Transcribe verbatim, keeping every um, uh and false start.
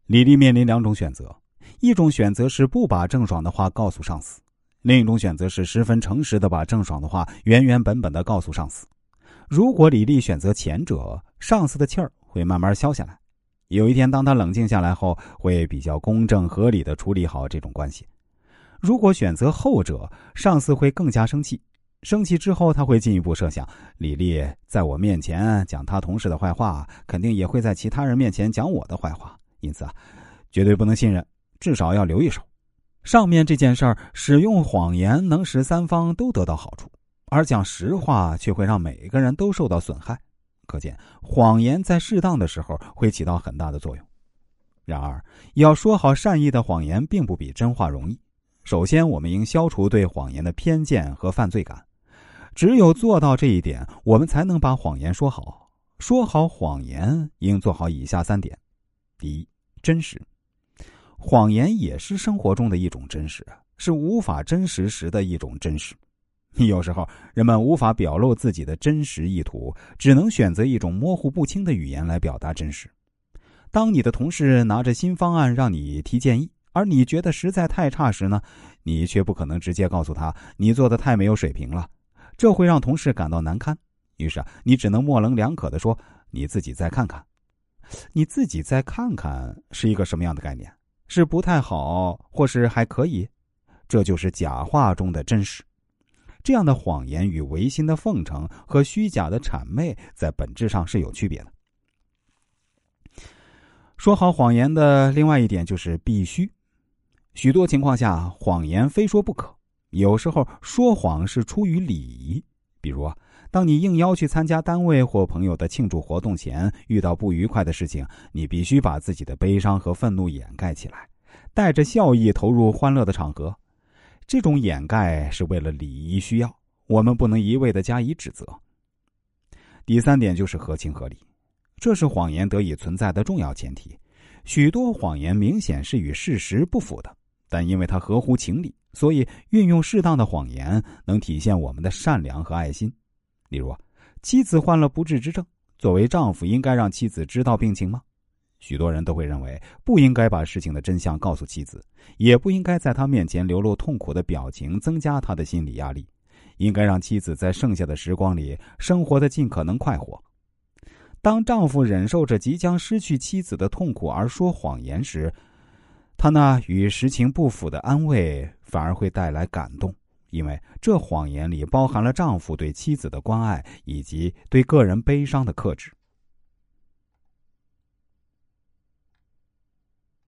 李丽面临两种选择，一种选择是不把郑爽的话告诉上司，另一种选择是十分诚实的把郑爽的话原原本本的告诉上司。如果李丽选择前者，上司的气儿会慢慢消下来，有一天当他冷静下来后，会比较公正合理的处理好这种关系。如果选择后者，上司会更加生气，生气之后他会进一步设想，李丽在我面前讲他同事的坏话，肯定也会在其他人面前讲我的坏话，因此啊，绝对不能信任，至少要留一手。上面这件事儿，使用谎言能使三方都得到好处，而讲实话却会让每一个人都受到损害。可见谎言在适当的时候会起到很大的作用。然而要说好善意的谎言并不比真话容易。首先我们应消除对谎言的偏见和犯罪感，只有做到这一点，我们才能把谎言说好。说好谎言应做好以下三点。第一，真实。谎言也是生活中的一种真实，是无法真实时的一种真实。有时候人们无法表露自己的真实意图，只能选择一种模糊不清的语言来表达真实。当你的同事拿着新方案让你提建议，而你觉得实在太差时呢，你却不可能直接告诉他你做的太没有水平了，这会让同事感到难堪。于是啊，你只能模棱两可地说你自己再看看。你自己再看看是一个什么样的概念？是不太好，或是还可以？这就是假话中的真实。这样的谎言与违心的奉承和虚假的谄媚在本质上是有区别的。说好谎言的另外一点就是必须。许多情况下，谎言非说不可，有时候说谎是出于礼仪。比如啊，当你应邀去参加单位或朋友的庆祝活动前，遇到不愉快的事情，你必须把自己的悲伤和愤怒掩盖起来，带着笑意投入欢乐的场合。这种掩盖是为了礼仪需要，我们不能一味地加以指责。第三点就是合情合理，这是谎言得以存在的重要前提。许多谎言明显是与事实不符的，但因为它合乎情理，所以运用适当的谎言能体现我们的善良和爱心。例如，妻子患了不治之症，作为丈夫应该让妻子知道病情吗？许多人都会认为不应该把事情的真相告诉妻子，也不应该在她面前流露痛苦的表情，增加她的心理压力。应该让妻子在剩下的时光里生活得尽可能快活。当丈夫忍受着即将失去妻子的痛苦而说谎言时，他那与实情不符的安慰反而会带来感动，因为这谎言里包含了丈夫对妻子的关爱以及对个人悲伤的克制。